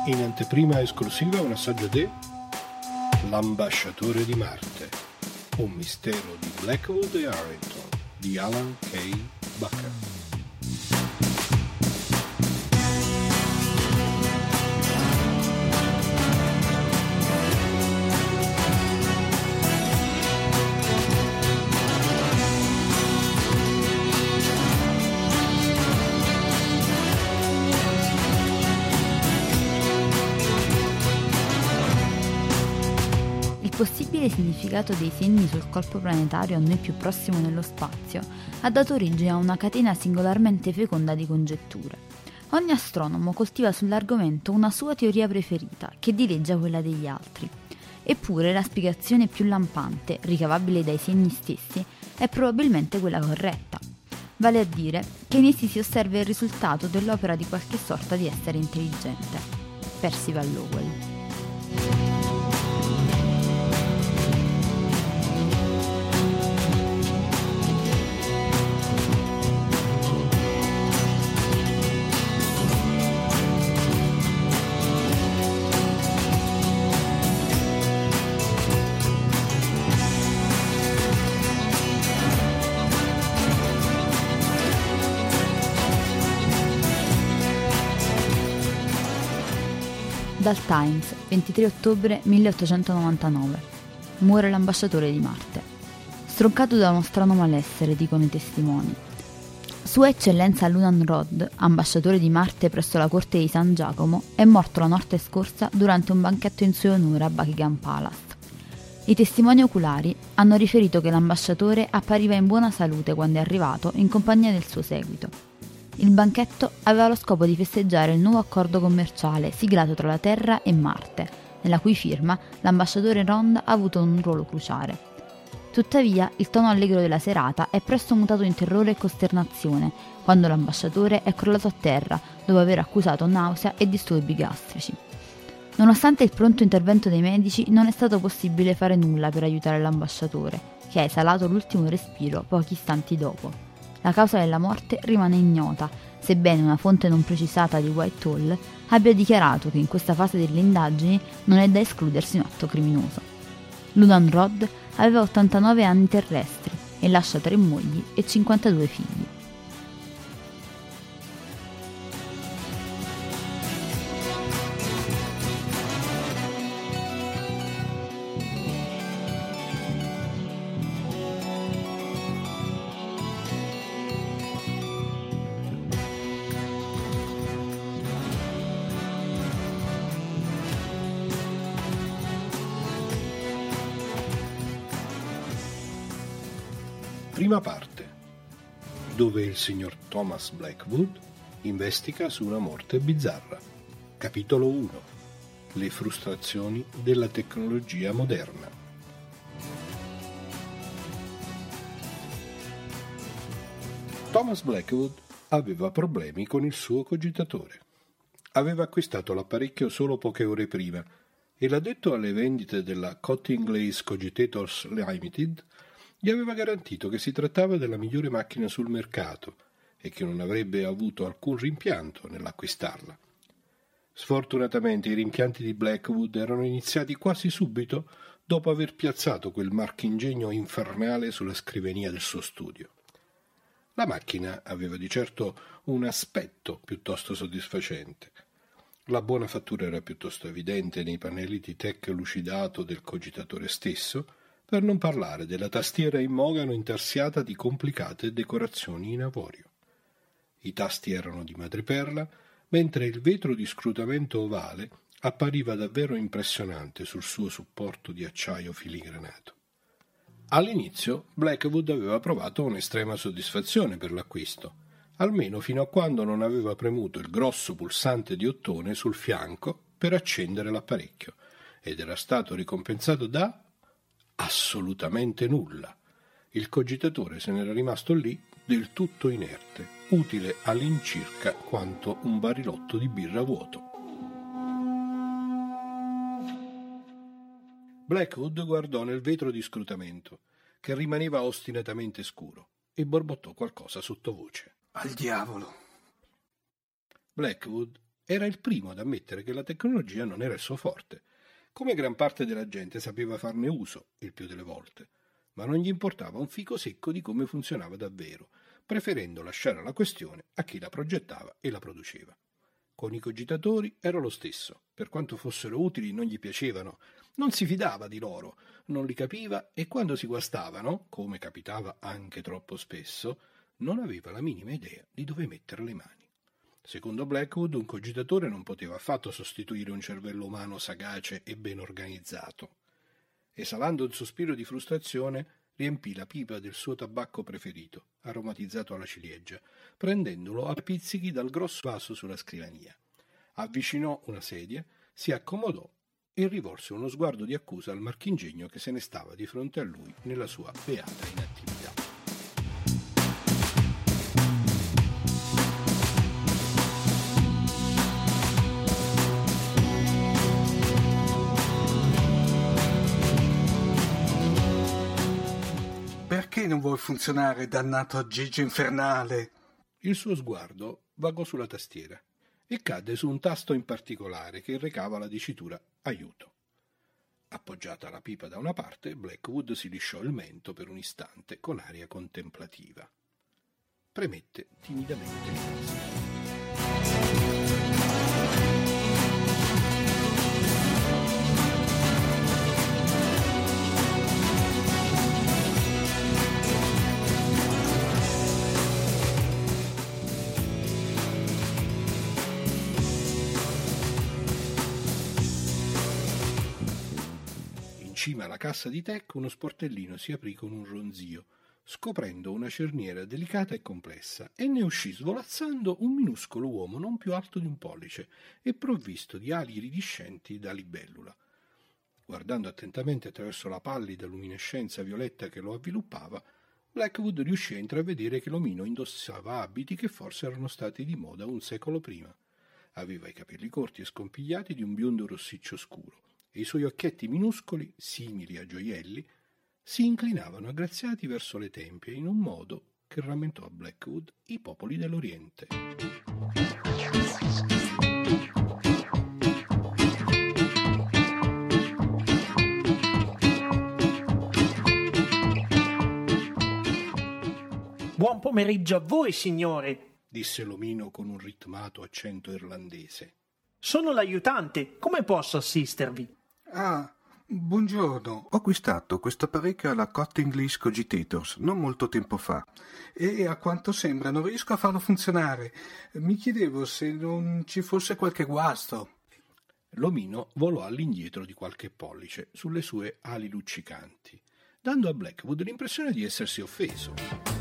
In anteprima esclusiva un assaggio di L'ambasciatore di Marte, un mistero di Blackwood e Harrington di Alan K. Bucker. Il possibile significato dei segni sul corpo planetario a noi più prossimo nello spazio ha dato origine a una catena singolarmente feconda di congetture. Ogni astronomo coltiva sull'argomento una sua teoria preferita, che dileggia quella degli altri. Eppure la spiegazione più lampante, ricavabile dai segni stessi, è probabilmente quella corretta. Vale a dire che in essi si osserva il risultato dell'opera di qualche sorta di essere intelligente. Percival Lowell. Dal Times, 23 ottobre 1899. Muore l'ambasciatore di Marte. Stroncato da uno strano malessere, dicono i testimoni. Sua Eccellenza Lunan Rod, ambasciatore di Marte presso la corte di San Giacomo, è morto la notte scorsa durante un banchetto in suo onore a Buckingham Palace. I testimoni oculari hanno riferito che l'ambasciatore appariva in buona salute quando è arrivato in compagnia del suo seguito. Il banchetto aveva lo scopo di festeggiare il nuovo accordo commerciale siglato tra la Terra e Marte, nella cui firma l'ambasciatore Rond ha avuto un ruolo cruciale. Tuttavia, il tono allegro della serata è presto mutato in terrore e costernazione, quando l'ambasciatore è crollato a terra dopo aver accusato nausea e disturbi gastrici. Nonostante il pronto intervento dei medici, non è stato possibile fare nulla per aiutare l'ambasciatore, che ha esalato l'ultimo respiro pochi istanti dopo. La causa della morte rimane ignota, sebbene una fonte non precisata di Whitehall abbia dichiarato che in questa fase delle indagini non è da escludersi un atto criminoso. Lunan Rod aveva 89 anni terrestri e lascia 3 mogli e 52 figli. Prima parte, dove il signor Thomas Blackwood investiga su una morte bizzarra. Capitolo 1. Le frustrazioni della tecnologia moderna. Thomas Blackwood aveva problemi con il suo cogitatore. Aveva acquistato l'apparecchio solo poche ore prima e l'addetto alle vendite della Cottingley's Cogitators Limited gli aveva garantito che si trattava della migliore macchina sul mercato e che non avrebbe avuto alcun rimpianto nell'acquistarla. Sfortunatamente i rimpianti di Blackwood erano iniziati quasi subito dopo aver piazzato quel marchingegno infernale sulla scrivania del suo studio. La macchina aveva di certo un aspetto piuttosto soddisfacente. La buona fattura era piuttosto evidente nei pannelli di tech lucidato del cogitatore stesso, per non parlare della tastiera in mogano intarsiata di complicate decorazioni in avorio. I tasti erano di madreperla, mentre il vetro di scrutamento ovale appariva davvero impressionante sul suo supporto di acciaio filigranato. All'inizio Blackwood aveva provato un'estrema soddisfazione per l'acquisto, almeno fino a quando non aveva premuto il grosso pulsante di ottone sul fianco per accendere l'apparecchio, ed era stato ricompensato da assolutamente nulla. Il cogitatore se n'era rimasto lì del tutto inerte, utile all'incirca quanto un barilotto di birra vuoto. Blackwood guardò nel vetro di scrutamento, che rimaneva ostinatamente scuro, e borbottò qualcosa sottovoce. Al diavolo! Blackwood Era il primo ad ammettere che la tecnologia non era il suo forte. Come gran parte della gente sapeva farne uso, il più delle volte, ma non gli importava un fico secco di come funzionava davvero, preferendo lasciare la questione a chi la progettava e la produceva. Con i cogitatori era lo stesso, per quanto fossero utili non gli piacevano, non si fidava di loro, non li capiva e quando si guastavano, come capitava anche troppo spesso, non aveva la minima idea di dove mettere le mani. Secondo Blackwood, un cogitatore non poteva affatto sostituire un cervello umano sagace e ben organizzato. Esalando un sospiro di frustrazione, riempì la pipa del suo tabacco preferito, aromatizzato alla ciliegia, prendendolo a pizzichi dal grosso vaso sulla scrivania. Avvicinò una sedia, si accomodò e rivolse uno sguardo di accusa al marchingegno che se ne stava di fronte a lui nella sua beata inattività. Perché non vuoi funzionare, dannato aggeggio infernale? Il suo sguardo vagò sulla tastiera e cadde su un tasto in particolare che recava la dicitura aiuto. Appoggiata la pipa da una parte, Blackwood si lisciò il mento per un istante con aria contemplativa. Premette timidamente il tasto. In cima alla cassa di tech uno sportellino si aprì con un ronzio, scoprendo una cerniera delicata e complessa, e ne uscì svolazzando un minuscolo uomo non più alto di un pollice e provvisto di ali iridescenti da libellula. Guardando attentamente attraverso la pallida luminescenza violetta che lo avviluppava, Blackwood riuscì a intravedere che l'omino indossava abiti che forse erano stati di moda un secolo prima. Aveva i capelli corti e scompigliati di un biondo rossiccio scuro, e i suoi occhietti minuscoli, simili a gioielli, si inclinavano aggraziati verso le tempie in un modo che rammentò a Blackwood i popoli dell'Oriente. Buon pomeriggio a voi, signore, disse l'omino con un ritmato accento irlandese. Sono l'aiutante, come posso assistervi? Ah, buongiorno. Ho acquistato questo apparecchio alla Cott English Cogitators non molto tempo fa e a quanto sembra non riesco a farlo funzionare. Mi chiedevo se non ci fosse qualche guasto. L'omino volò all'indietro di qualche pollice sulle sue ali luccicanti, dando a Blackwood l'impressione di essersi offeso.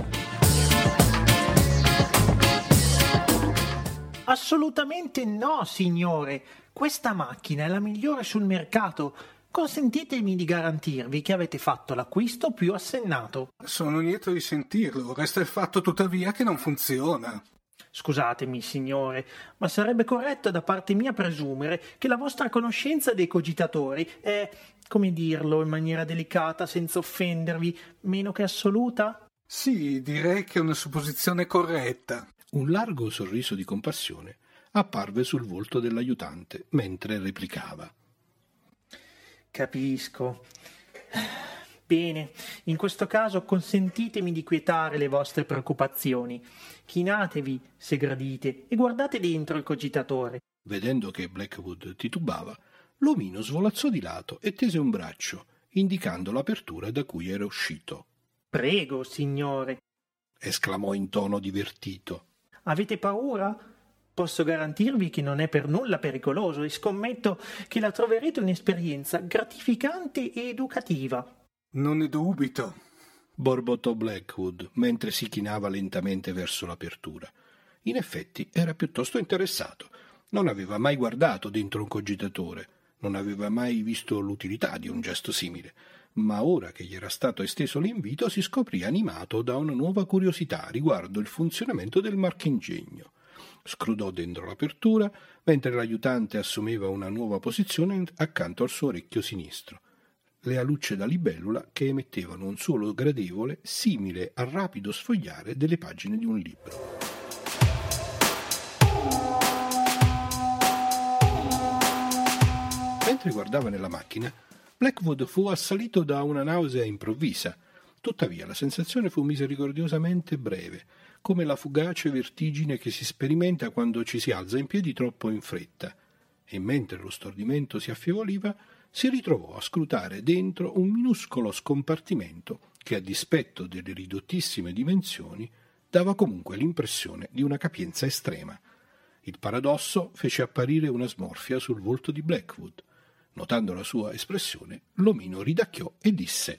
Assolutamente no, signore. Questa macchina è la migliore sul mercato. Consentitemi di garantirvi che avete fatto l'acquisto più assennato. Sono lieto di sentirlo. Resta il fatto tuttavia che non funziona. Scusatemi, signore, ma sarebbe corretto da parte mia presumere che la vostra conoscenza dei cogitatori è, come dirlo in maniera delicata senza offendervi, meno che assoluta? Sì, direi che è una supposizione corretta. Un largo sorriso di compassione apparve sul volto dell'aiutante mentre replicava. Capisco. Bene, in questo caso consentitemi di quietare le vostre preoccupazioni. Chinatevi, se gradite, e guardate dentro il cogitatore. Vedendo che Blackwood titubava, l'omino svolazzò di lato e tese un braccio, indicando l'apertura da cui era uscito. Prego, signore, esclamò in tono divertito. Avete paura? Posso garantirvi che non è per nulla pericoloso e scommetto che la troverete un'esperienza gratificante e educativa. Non ne dubito, borbottò Blackwood mentre si chinava lentamente verso l'apertura. In effetti era piuttosto interessato. Non aveva mai guardato dentro un cogitatore, non aveva mai visto l'utilità di un gesto simile, ma ora che gli era stato esteso l'invito si scoprì animato da una nuova curiosità riguardo il funzionamento del marchingegno. Scrutò dentro l'apertura mentre l'aiutante assumeva una nuova posizione accanto al suo orecchio sinistro. Le alucce da libellula che emettevano un suono gradevole simile al rapido sfogliare delle pagine di un libro. mentre guardava nella macchina, Blackwood fu assalito da una nausea improvvisa. Tuttavia la sensazione fu misericordiosamente breve, come la fugace vertigine che si sperimenta quando ci si alza in piedi troppo in fretta, e mentre lo stordimento si affieoliva, si ritrovò a scrutare dentro un minuscolo scompartimento che, a dispetto delle ridottissime dimensioni, dava comunque l'impressione di una capienza estrema. Il paradosso fece apparire una smorfia sul volto di Blackwood. Notando la sua espressione, l'omino ridacchiò e disse: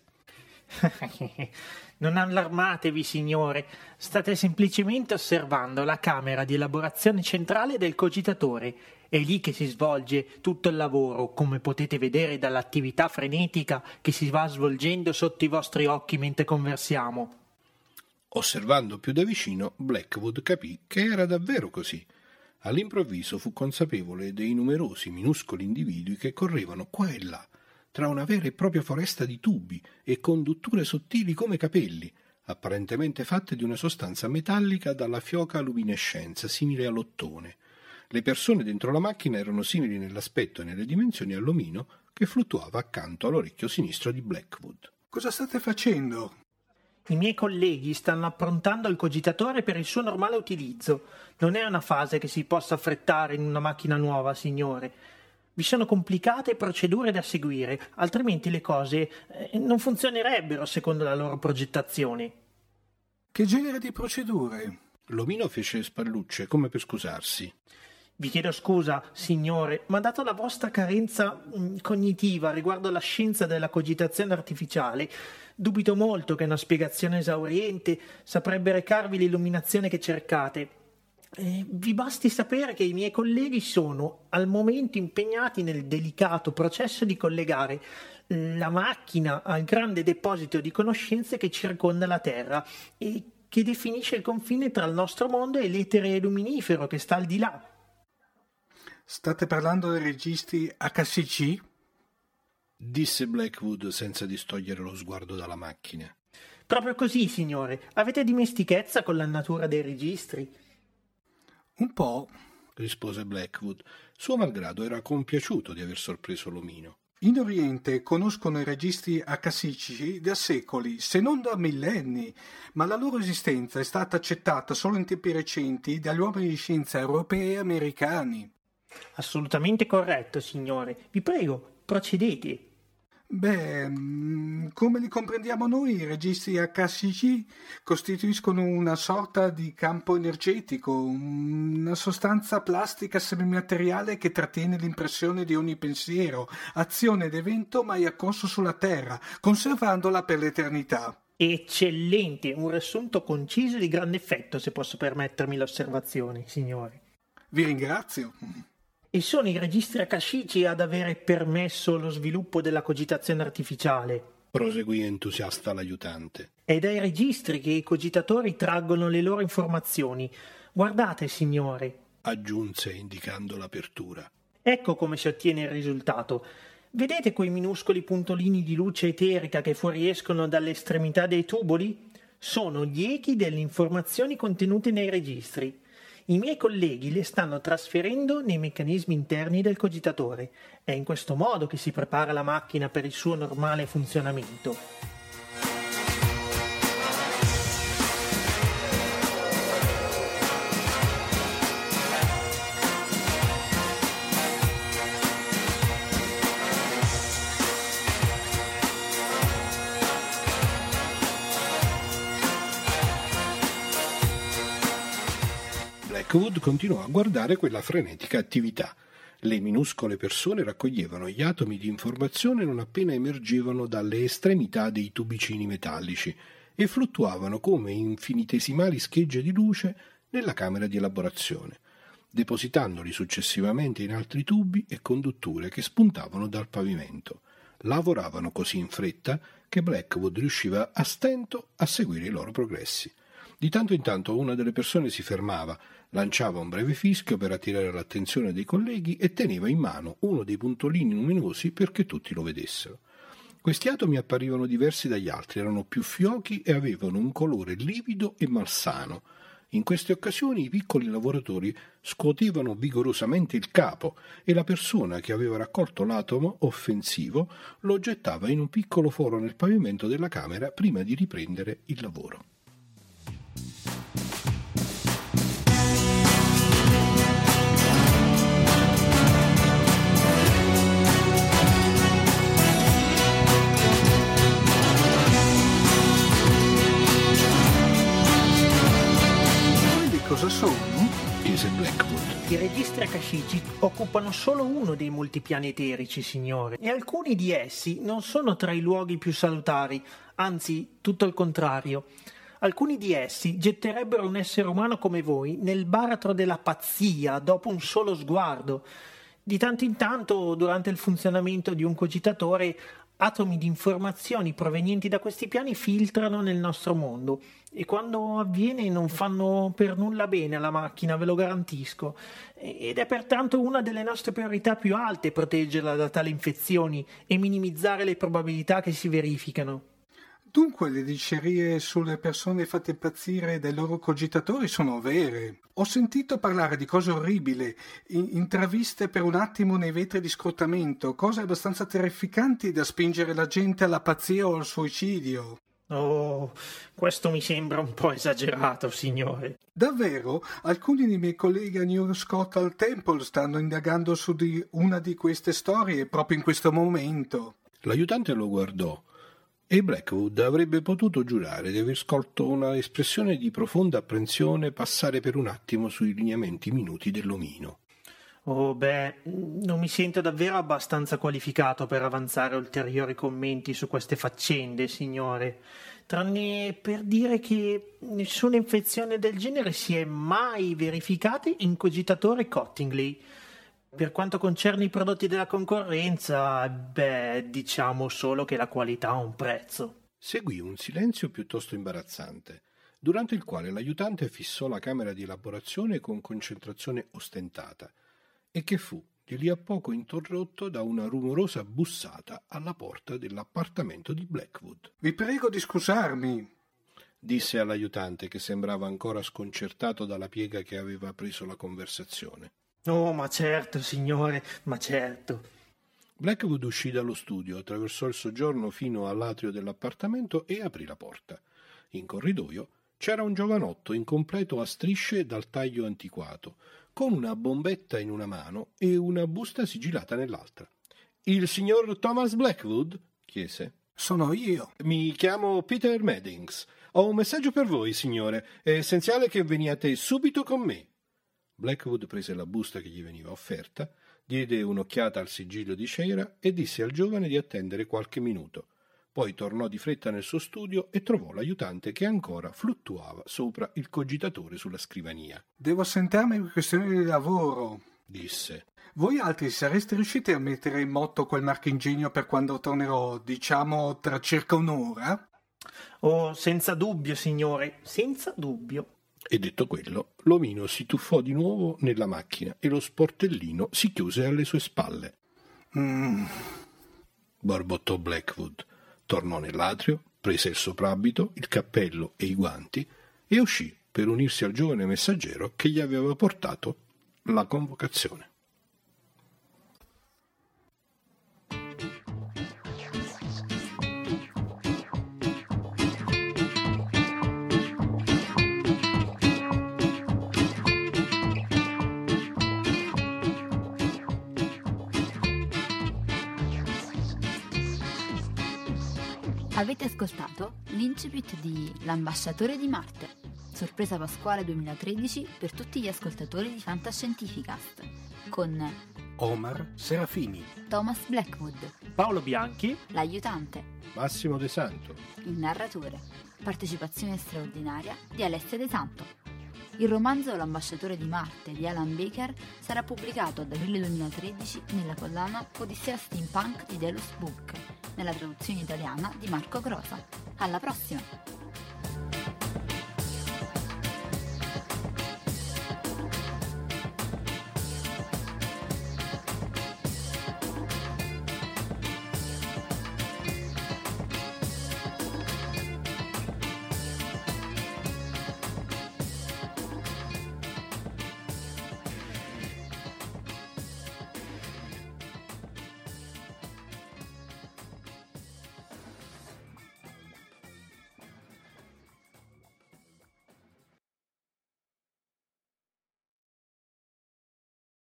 Non allarmatevi, signore, state semplicemente osservando la camera di elaborazione centrale del cogitatore. È lì che si svolge tutto il lavoro, come potete vedere dall'attività frenetica che si va svolgendo sotto i vostri occhi mentre conversiamo. Osservando più da vicino, Blackwood capì che era davvero così. All'improvviso fu consapevole dei numerosi minuscoli individui che correvano qua e là, tra una vera e propria foresta di tubi e condutture sottili come capelli, apparentemente fatte di una sostanza metallica dalla fioca luminescenza, simile all'ottone. Le persone dentro la macchina erano simili nell'aspetto e nelle dimensioni all'omino che fluttuava accanto all'orecchio sinistro di Blackwood. Cosa state facendo? I miei colleghi stanno approntando il cogitatore per il suo normale utilizzo. Non è una fase che si possa affrettare in una macchina nuova, signore. Vi sono complicate procedure da seguire, altrimenti le cose non funzionerebbero secondo la loro progettazione. Che genere di procedure? L'omino fece spallucce come per scusarsi. Vi chiedo scusa, signore, ma data la vostra carenza cognitiva riguardo alla scienza della cogitazione artificiale, dubito molto che una spiegazione esauriente saprebbe recarvi l'illuminazione che cercate. Vi basti sapere che i miei colleghi sono al momento impegnati nel delicato processo di collegare la macchina al grande deposito di conoscenze che circonda la Terra e che definisce il confine tra il nostro mondo e l'etere luminifero che sta al di là. State parlando dei registri HCG? Disse Blackwood senza distogliere lo sguardo dalla macchina. Proprio così, signore. Avete dimestichezza con la natura dei registri? Un po', rispose Blackwood. Suo malgrado era compiaciuto di aver sorpreso l'omino. In Oriente conoscono i registri HCG da secoli, se non da millenni, ma la loro esistenza è stata accettata solo in tempi recenti dagli uomini di scienza europei e americani. Assolutamente corretto, signore. Vi prego, procedete. Beh, come li comprendiamo noi, i registri HCG costituiscono una sorta di campo energetico, una sostanza plastica semimateriale che trattiene l'impressione di ogni pensiero, azione ed evento mai accorso sulla Terra, conservandola per l'eternità. Eccellente, un riassunto conciso di grande effetto, se posso permettermi l'osservazione, signore. Vi ringrazio. E sono i registri HCG ad avere permesso lo sviluppo della cogitazione artificiale, proseguì entusiasta l'aiutante. È dai registri che i cogitatori traggono le loro informazioni. Guardate, signore, aggiunse indicando l'apertura. Ecco come si ottiene il risultato. Vedete quei minuscoli puntolini di luce eterica che fuoriescono dalle estremità dei tuboli? Sono gli echi delle informazioni contenute nei registri. I miei colleghi le stanno trasferendo nei meccanismi interni del cogitatore. È in questo modo che si prepara la macchina per il suo normale funzionamento. Blackwood continuò a guardare quella frenetica attività. Le minuscole persone raccoglievano gli atomi di informazione non appena emergevano dalle estremità dei tubicini metallici e fluttuavano come infinitesimali schegge di luce nella camera di elaborazione, depositandoli successivamente in altri tubi e condutture che spuntavano dal pavimento. Lavoravano così in fretta che Blackwood riusciva a stento a seguire i loro progressi. Di tanto in tanto una delle persone si fermava, lanciava un breve fischio per attirare l'attenzione dei colleghi e teneva in mano uno dei puntolini luminosi perché tutti lo vedessero. Questi atomi apparivano diversi dagli altri, erano più fiochi e avevano un colore livido e malsano. In queste occasioni i piccoli lavoratori scuotevano vigorosamente il capo e la persona che aveva raccolto l'atomo offensivo lo gettava in un piccolo foro nel pavimento della camera prima di riprendere il lavoro. Cosa sono? Chiese Blackwood. I registri akashici occupano solo uno dei multipiani eterici, signore, e alcuni di essi non sono tra i luoghi più salutari, anzi, tutto il contrario. Alcuni di essi getterebbero un essere umano come voi nel baratro della pazzia dopo un solo sguardo. Di tanto in tanto, durante il funzionamento di un cogitatore, atomi di informazioni provenienti da questi piani filtrano nel nostro mondo e quando avviene non fanno per nulla bene alla macchina, ve lo garantisco, ed è pertanto una delle nostre priorità più alte proteggerla da tali infezioni e minimizzare le probabilità che si verificano. Dunque le dicerie sulle persone fatte impazzire dai loro cogitatori sono vere. Ho sentito parlare di cose orribili, intraviste per un attimo nei vetri di scrutamento, cose abbastanza terrificanti da spingere la gente alla pazzia o al suicidio. Oh, questo mi sembra un po' esagerato, signore. Davvero? Alcuni dei miei colleghi a New Scotland Temple stanno indagando su di una di queste storie proprio in questo momento. L'aiutante lo guardò e Blackwood avrebbe potuto giurare di aver scolto una espressione di profonda apprensione passare per un attimo sui lineamenti minuti dell'omino. Oh, non mi sento davvero abbastanza qualificato per avanzare ulteriori commenti su queste faccende, signore, tranne per dire che nessuna infezione del genere si è mai verificata in cogitatore Cottingley. Per quanto concerne i prodotti della concorrenza, diciamo solo che la qualità ha un prezzo. Seguì un silenzio piuttosto imbarazzante, durante il quale l'aiutante fissò la camera di elaborazione con concentrazione ostentata, e che fu di lì a poco interrotto da una rumorosa bussata alla porta dell'appartamento di Blackwood. Vi prego di scusarmi, disse all'aiutante, che sembrava ancora sconcertato dalla piega che aveva preso la conversazione. Oh, ma certo, signore, ma certo. Blackwood uscì dallo studio, attraversò il soggiorno fino all'atrio dell'appartamento e aprì la porta. In corridoio c'era un giovanotto incompleto a strisce dal taglio antiquato, con una bombetta in una mano e una busta sigillata nell'altra. «Il signor Thomas Blackwood?» chiese. «Sono io». «Mi chiamo Peter Maddings. Ho un messaggio per voi, signore. È essenziale che veniate subito con me». Blackwood prese la busta che gli veniva offerta, diede un'occhiata al sigillo di cera e disse al giovane di attendere qualche minuto. Poi tornò di fretta nel suo studio e trovò l'aiutante che ancora fluttuava sopra il cogitatore sulla scrivania. «Devo assentarmi per questioni di lavoro», disse. «Voi altri sareste riusciti a mettere in moto quel marchingegno per quando tornerò, diciamo, tra circa un'ora?» «Oh, senza dubbio, signore, senza dubbio». E detto quello, l'omino si tuffò di nuovo nella macchina e lo sportellino si chiuse alle sue spalle. Borbottò Blackwood. Tornò nell'atrio, prese il soprabito, il cappello e i guanti e uscì per unirsi al giovane messaggero che gli aveva portato la convocazione. Avete ascoltato l'incipit di L'ambasciatore di Marte, sorpresa pasquale 2013 per tutti gli ascoltatori di Fantascientificast, con Omar Serafini, Thomas Blackwood, Paolo Bianchi, l'aiutante, Massimo De Santo, il narratore, partecipazione straordinaria di Alessia De Santo. Il romanzo L'ambasciatore di Marte di Alan Baker sarà pubblicato ad aprile 2013 nella collana Odissea Steampunk di Delos Book, nella traduzione italiana di Marco Grosa. Alla prossima!